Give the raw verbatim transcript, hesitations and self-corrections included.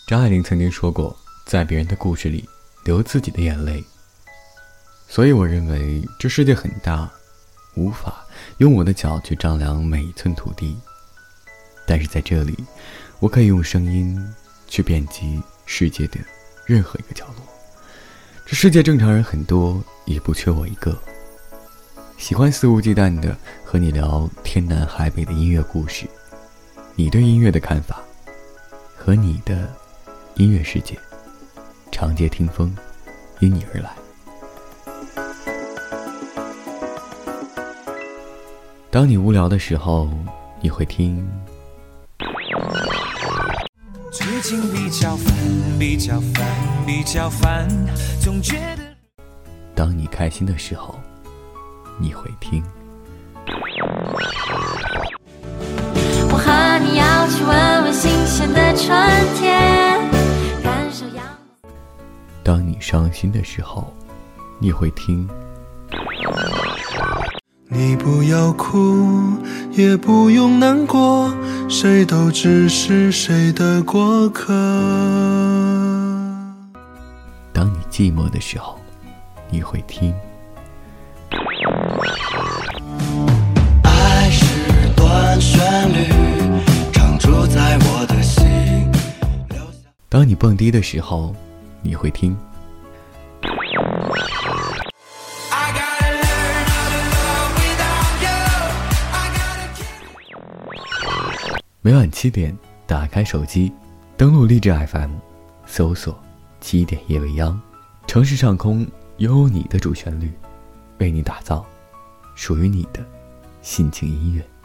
张爱玲曾经说过，在别人的故事里流自己的眼泪。所以我认为这世界很大，无法用我的脚去丈量每一寸土地，但是在这里，我可以用声音去遍及世界的任何一个角落。这世界正常人很多，也不缺我一个。喜欢肆无忌惮的和你聊天南海北的音乐故事，你对音乐的看法和你的音乐世界，长街听风因你而来。当你无聊的时候，你会听最近比较烦比较烦比较烦，总觉得当你开心的时候，你会听我和你要去闻闻新鲜的春天，感受阳光。 当你伤心的时候，你会听你不要哭，也不用难过，谁都只是谁的过客。 当你寂寞的时候，你会听爱是段旋律，常驻在我的心。 当你蹦迪的时候，你会听每晚七点，打开手机，登录励志 F M， 搜索七点夜未央，城市上空拥有你的主旋律，为你打造属于你的心情音乐。